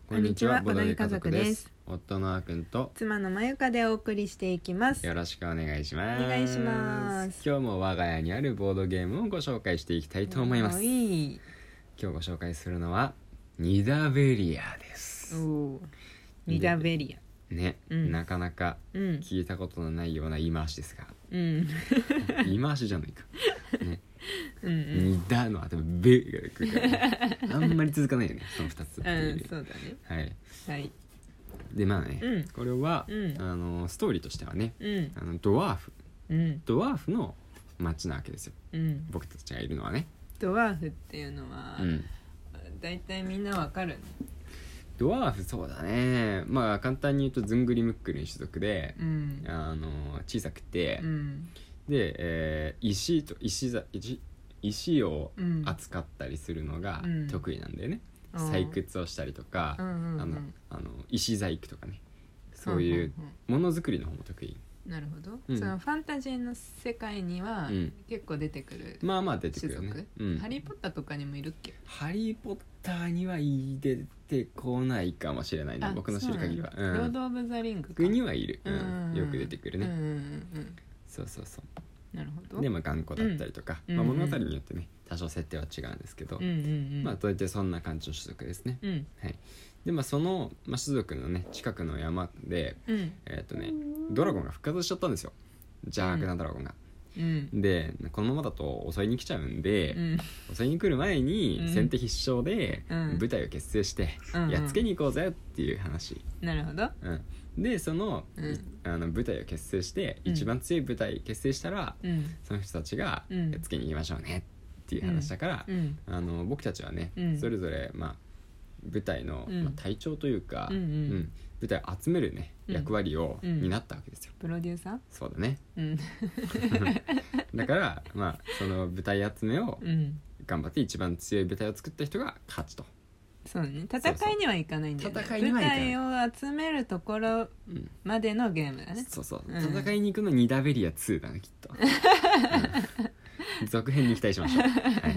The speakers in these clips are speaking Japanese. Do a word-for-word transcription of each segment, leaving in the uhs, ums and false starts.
こんにちは、ボドゲ家族です。夫のあくんと妻のまゆかでお送りしていきます。 よろしくお願いします。 お願いします。 今日も我が家にあるボードゲームをご紹介していきたいと思います。 いい今日ご紹介するのはニダベリアです。 おニダベリアね、うん、なかなか聞いたことのないような言い回しですが、うん、言い回しじゃないかねうんうん、ニダの後ベが来るからあんまり続かないよねそのふたつ、 うん、そうだね。 はい、 はい、 でまあね、うん、これは、 うん、 あのストーリーとしてはね、うん、あのドワーフ、 うん、 ドワーフの町なわけですよ、 うん、 僕たちがいるのはね。 ドワーフっていうのは、うん、だいたいみんなわかるの？ ドワーフそうだね、まあ簡単に言うとずんぐりむっくりの種族で、 うん、 あの小さくて、 うん、 で、えー、石と石ざ石石を扱ったりするのが得意なんだよね、うん、採掘をしたりとか、うんうんうん、あのあの石細工とかね、そういうものづくりの方も得意。 なるほど、うん、そのファンタジーの世界には結構出てくる、 うん、まあまあ出てくるよね、 うん、ハリーポッターとかにもいるっけ？ ハリーポッターには出てこないかもしれないね、僕の知る限りは、うん、 ロード・オブ・ザ・リングかにはいる、うん、よく出てくるね、 うんうんうん、 そうそうそう。 なるほど。 でまあ頑固だったりとか、うんまあ、物語によってね多少設定は違うんですけど、うんうんうん、まあ大体そんな感じの種族ですね、うんはい、でまあその、まあ、種族のね近くの山で、うん、えっとねドラゴンが復活しちゃったんですよ、邪悪なドラゴンが、うん、でこのままだと襲いに来ちゃうんで、うん、襲いに来る前に先手必勝で部隊を結成して、うん、やっつけに行こうぜっていう話、 うん、なるほど、 うんでその、うん、あの部隊を結成して、うん、一番強い部隊結成したら、うん、その人たちが、うん、やっつけに行きましょうねっていう話だから、うん、あの僕たちはね、うん、それぞれ、まあ、部隊の、うんまあ、隊長というか、うんうんうん、部隊を集める、ね、役割を担ったわけですよ、 プロデューサー？ そうだね、うん、だから、まあ、その部隊集めを頑張って一番強い部隊を作った人が勝ちと。 そうね、戦いにはいかないんだよね。舞台を集めるところまでのゲームだね、うん、 そうそう、うん、戦いに行くのニダベリアツーだねきっと、うん、続編に期待しましょう、はい、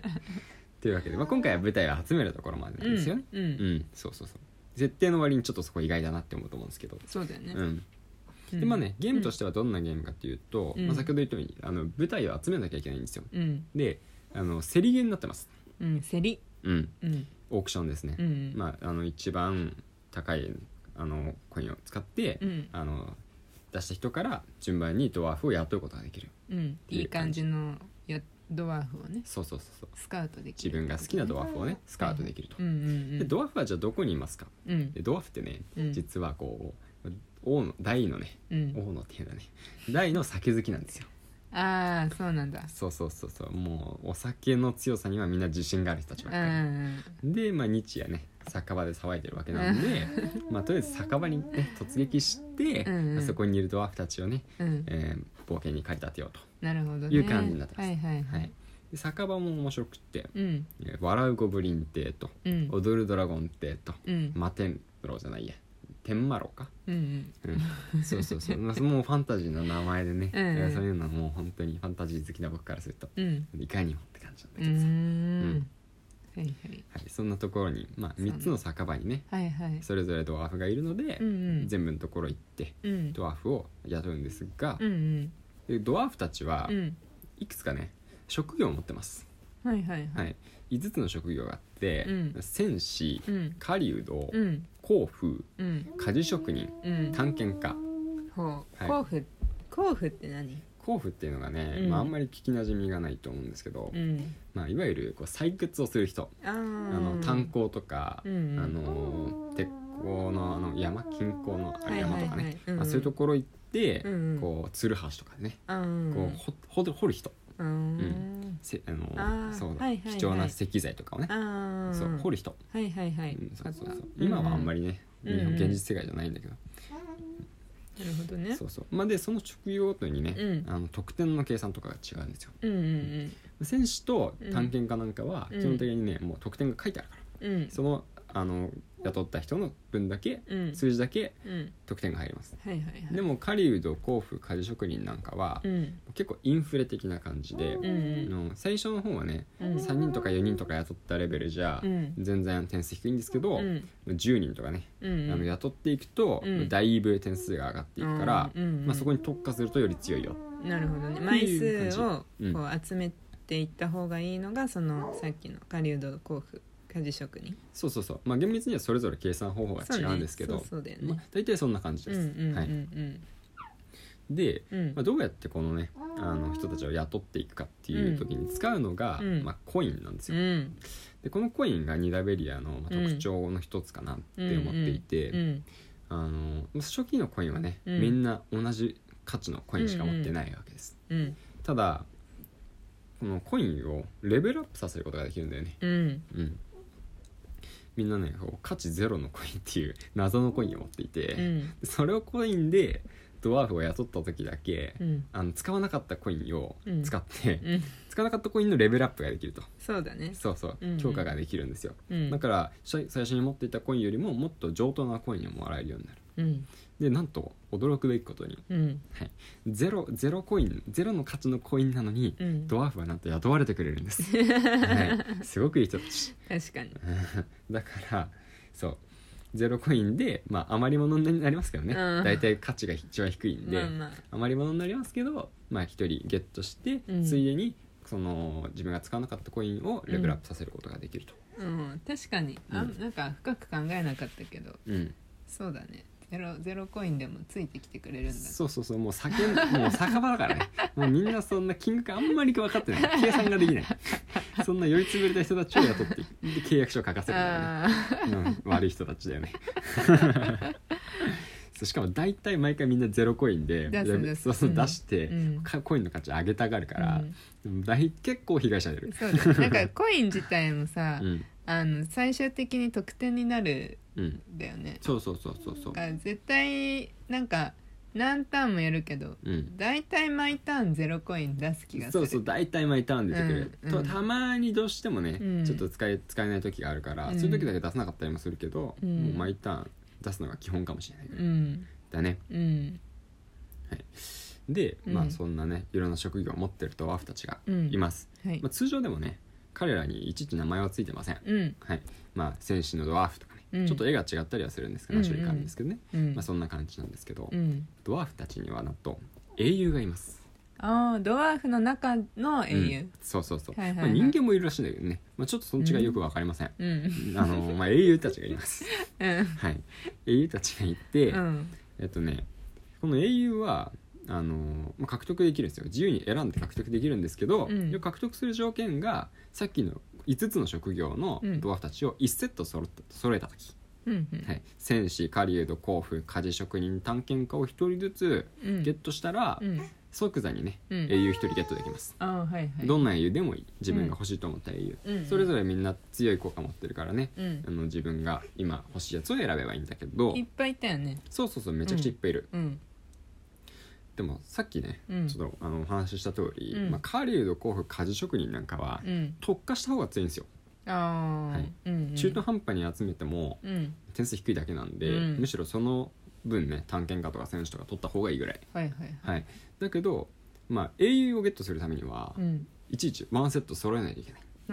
というわけで、まあ、今回は舞台を集めるところまでなんですよね、うん、うんうん、そうそうそう設定の割にちょっとそこ意外だなって思うと思うんですけど、 そうだよね、 うん、でまあねゲームとしてはどんなゲームかっていうと、うんまあ、先ほど言ったようにあの舞台を集めなきゃいけないんですよ、うん、であの競りゲーになってます、 うん、競り、 うんうんオークションですね、うんうんまあ、あの一番高いあのコインを使って、うん、あの出した人から順番にドワーフを雇うことができる、 うん、いい感じのやドワーフをねそうそうそうそうスカウトできる、自分が好きなドワーフをねスカウトできると、はいはいうんうんうん、でドワーフはじゃあどこにいますか、うん、でドワーフってね、うん、実はこう王の大のね、うん、王のっていうんだね大の酒好きなんですよ。 ああそうなんだ。 そうそうそうそうもうお酒の強さにはみんな自信がある人たちばっかりで、まあ、日夜ね酒場で騒いでるわけなんでまあとりあえず酒場に、ね、突撃して、うんうん、そこにいるドワーフたちをね、うんえー、冒険に駆り立てようとなるほど、ね、 いう感じになってます、 はいはいはいはい、で酒場も面白くって、うん、笑うゴブリン亭と、うん、踊るドラゴン亭と、うん、摩天楼じゃないや天魔楼か、うんうんうん、そうそうそうもうファンタジーの名前でね、うんうん、そういうのはもう本当にファンタジー好きな僕からすると、うん、いかにもって感じなんだけどさ、うんうんはいはいはい、そんなところに、まあ、みっつの酒場にね、はいはい、それぞれドワーフがいるので、うんうん、全部のところ行って、うん、ドワーフを雇うんですが、うんうん、でドワーフたちはいくつかね職業を持ってます、 はいはいはい、 いつつの職業があって、うん、戦士、うん、狩人、うん、甲府、うん、鍛冶職人、うん、探検家、 ほう、はい、甲府甲府って何？ 甲府っていうのがね、うんまあ、あんまり聞きなじみがないと思うんですけど、うんまあ、いわゆるこう採掘をする人、あの炭鉱とか、うん、あの鉄鋼 の, あの山金鉱のあ山とかね、はいはいはいうんまあ、そういうところ行って、うん、こうツルハシとかね、うん、こうほ掘る人うん、せあのあそうだ、はいはいはい、貴重な石材とかをねあそう掘る人、 はいはいはいうん、 そうそうそう今はあんまりね、うん、現実世界じゃないんだけど、 なるほどねそうそう、まあ、でその職業ごとにね、うん、あの得点の計算とかが違うんですよ、うんうんうん、戦士と探検家なんかは基本的にね、うん、もう得点が書いてあるから、うん、そのあの雇った人の分だけ、うん、数字だけ得点が入ります、 はいはいはい、 でも狩人甲府鍛冶職人なんかは、うん、結構インフレ的な感じで、うんうん、の最初の方はね、うん、さんにんとかよにんとか雇ったレベルじゃ、うん、全然点数低いんですけど、うん、じゅうにんとかね、うんうん、あの雇っていくと、うん、だいぶ点数が上がっていくから、うんうんうん、まあ、そこに特化するとより強いよ。 なるほどね。枚数をこう集めていった方がいいのが、そのさっきの狩人甲府鍛冶職人。 そうそうそう、まあ厳密にはそれぞれ計算方法が違うんですけど、そうね、そうそうだよね、まあ、大体そんな感じです、うんうんうんうん、はい、で、うん、まあ、どうやってこのねあの人たちを雇っていくかっていう時に使うのが、うん、まあ、コインなんですよ、うん、でこのコインがニダベリアの特徴の一つかなって思っていて、うんうんうん、あの初期のコインはね、うん、みんな同じ価値のコインしか持ってないわけです、うんうん、ただこのコインをレベルアップさせることができるんだよね、うんうん、みんなね価値ゼロのコインっていう謎のコインを持っていて、うん、それをコインでドワーフを雇った時だけ、うん、あの使わなかったコインを使って、うん、使わなかったコインのレベルアップができると。 そうだね。 そうそう、うんうん、強化ができるんですよ、うん、だから最初に持っていたコインよりももっと上等なコインをもらえるようになる、うん、でなんと驚くべきことに、うんはい、ゼロ、ゼロコインゼロの価値のコインなのに、うん、ドワーフはなんと雇われてくれるんです、はい、すごくいい人たち。 確かにだからそうゼロコインで、まあ、余り物になりますけどね、うん、だいたい価値が一番低いんで、まあまあ、余り物になりますけど、まあ、ひとりゲットして、うん、ついでにその自分が使わなかったコインをレベルアップさせることができると、 うんうん、確かにあ、うん、なんか深く考えなかったけど、うん、そうだね。ゼロ、ゼロコインでもついてきてくれるんだ。 そうそうそう、もう酒もう酒場だからねもうみんなそんな金額あんまり分かってない、計算ができないそんな酔いつぶれた人たちを雇って契約書を書かせるからね、うん、悪い人たちだよねしかも大体毎回みんなゼロコインで出す、そうそう、出して、うん、コインの価値上げたがるから、うん、大結構被害者出る。 そうだ、なんかコイン自体もさ、うん、あの最終的に得点になるんだよね、 うん、そうそうそうそうそう、 絶対なんか何ターンもやるけど、うん、大体毎ターンゼロコイン出す気がする。 そうそう、大体毎ターン出てくる、うんうん、とたまにどうしてもね、うん、ちょっと使え、使えない時があるから、うん、そういう時だけ出さなかったりもするけど、うん、もう毎ターン出すのが基本かもしれないから、うん、だね、うんはい、で、まあそんなねいろんな職業を持ってるドワーフたちがいます、うんはいまあ、通常でもね彼らにいちいち名前はついてません、うんはいまあ、戦士のドワーフとかね、うん、ちょっと絵が違ったりはするんですけど、種類があるんですけどね、うんまあ、そんな感じなんですけど、うん、ドワーフたちにはなんと英雄がいます。 ああ、ドワーフの中の英雄、うん、 そうそうそう、はいはいはい、まあ、人間もいるらしいんだけどね、まあ、ちょっとその違いよく分かりません、うん、あのまあ、英雄たちがいます、うん、はい、英雄たちがいて、うん、えっとねこの英雄はあの、まあ、獲得できるんですよ。自由に選んで獲得できるんですけど、うん、獲得する条件がさっきのいつつの職業のドワーフたちをいちセット揃った揃えた時、うんはい、戦士、狩人、甲府、鍛冶職人、探検家をひとりずつゲットしたら、うん、即座にね、うん、英雄ひとりゲットできます、あ、はいはい、どんな英雄でもいい、自分が欲しいと思った英雄、うん、それぞれみんな強い効果持ってるからね、うん、あの自分が今欲しいやつを選べばいいんだけど、 いっぱいいたよね。 そうそうそう、めちゃくちゃいっぱいいる、うんうんでもさっきね、うん、ちょっとあのお話しした通り、うんまあ、狩人、甲府、鍛冶職人なんかは、うん、特化した方が強いんですよ。あ、はいうんうん、中途半端に集めても、うん、点数低いだけなんで、うん、むしろその分ね探検家とか選手とか取った方がいいぐらい、はいはいはいはい、だけど、まあ、英雄をゲットするためには、うん、いちいちワンセット揃えないといけない。うん、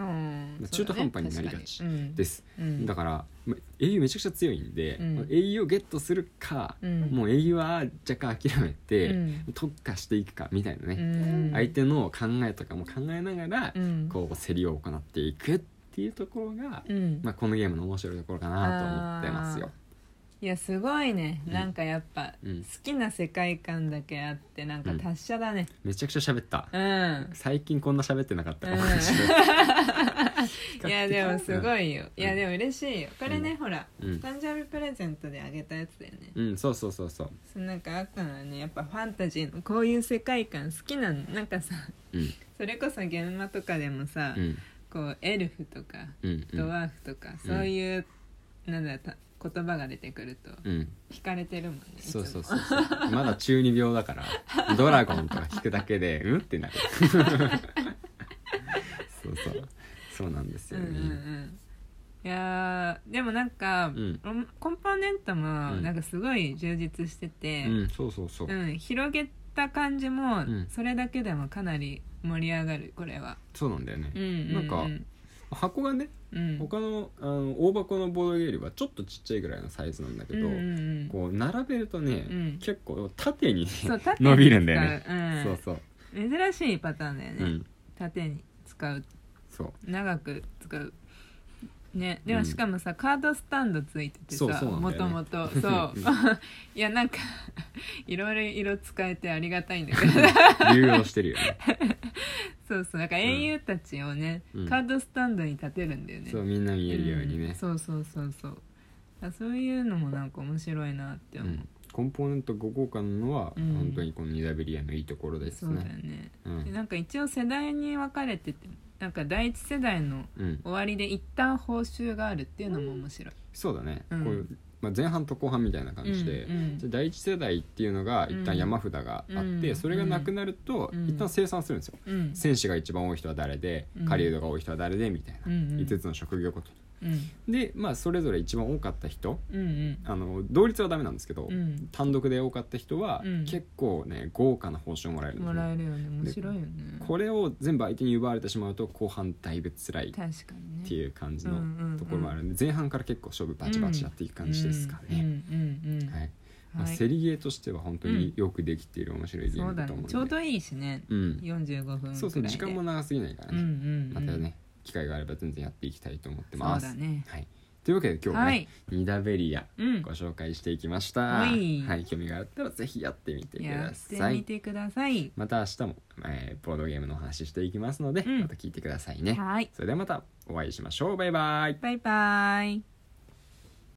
中途半端になりがちです、うん、だから、ま、英雄めちゃくちゃ強いんで、うん、英雄をゲットするか、うん、もう英雄は若干諦めて、うん、特化していくかみたいなね、うん、相手の考えとかも考えながら、うん、こう競りを行っていくっていうところが、うんまあ、このゲームの面白いところかなと思ってますよ。 いやすごいね、うん、なんかやっぱ、うん、好きな世界観だけあってなんか達者だね、 うん、めちゃくちゃ喋った、うん、最近こんな喋ってなかったかもしれない、いやでもすごいよ、いやでも嬉しいよこれね、ほら、誕生日プレゼントであげたやつだよね。 うんそうそうそうそうそうなんかあったのはね、やっぱファンタジーのこういう世界観好きなの。なんかさ、それこそ現場とかでもさ、こうエルフとか、ドワーフとか、そういうなんだた言葉が出てくると惹かれてるもんね、うん、 そうそうそうそうまだ中二病だからドラゴンとか弾くだけでうんってなるそうそうそうなんですよね、うんうんうん、 いやでもなんか、うん、コンポーネントもなんかすごい充実してて、 うん、そうそうそう、 うん、広げた感じもそれだけでもかなり盛り上がる。これはそうなんだよね、 うんうんうん、 なんか箱がね、うん、他 の, あの大箱のボードゲームよりはちょっとちっちゃいぐらいのサイズなんだけど、うんうんうん、こう並べるとね、うん、結構縦に、ね、伸びるんだよね、うん、そうそう珍しいパターンだよね、うん、縦に使う、 そう長く使うね。でもしかもさ、うん、カードスタンドついててさ、もともとそういやなんかいろいろ色使えてありがたいんだけど流用してるよねそうそう、なんか英雄たちをね、うん、カードスタンドに立てるんだよね。 そう、みんな見えるようにね、 うん、そうそうそうそう、そういうのもなんか面白いなって思う、うん、 コンポーネントご交換のは、うん、本当にこのニダベリアのいいところですね。 そうだよね、うん、でなんか一応世代に分かれてて、なんか第一世代の終わりで一旦報酬があるっていうのも面白い、うん、 そうだね、うん、こうまあ、前半と後半みたいな感じで、うんうん、第一世代っていうのが一旦山札があって、うん、それがなくなると一旦清算するんですよ、うん、戦士が一番多い人は誰で、うん、狩人が多い人は誰でみたいな、うんうん、いつつの職業ごとに、うん、で、まあ、それぞれ一番多かった人、うんうん、あの同率はダメなんですけど、うん、単独で多かった人は、うん、結構ね豪華な報酬をもらえるんですね。 もらえるよね、面白いよね。 これを全部相手に奪われてしまうと後半だいぶ辛いっていう感じのところもあるんで、前半から結構勝負バチバチやっていく感じですかね。まあ、セリゲーとしては本当によくできている面白いゲームだと思うので、 そうだね、ちょうどいいしね、うん、よんじゅうごふんくらいで、そうそう、時間も長すぎないからね、うんうんうん、またね機会があれば全然やっていきたいと思ってます。 そうだね、 はい、というわけで今日はね、はい、ニダベリアご紹介していきました、うん、はい、興味があったらぜひやってみてください。 やってみてください。 また明日も、えー、ボードゲームのお話していきますので、うん、また聞いてくださいね。はい、それではまたお会いしましょう。バイバイ。 バイバイ。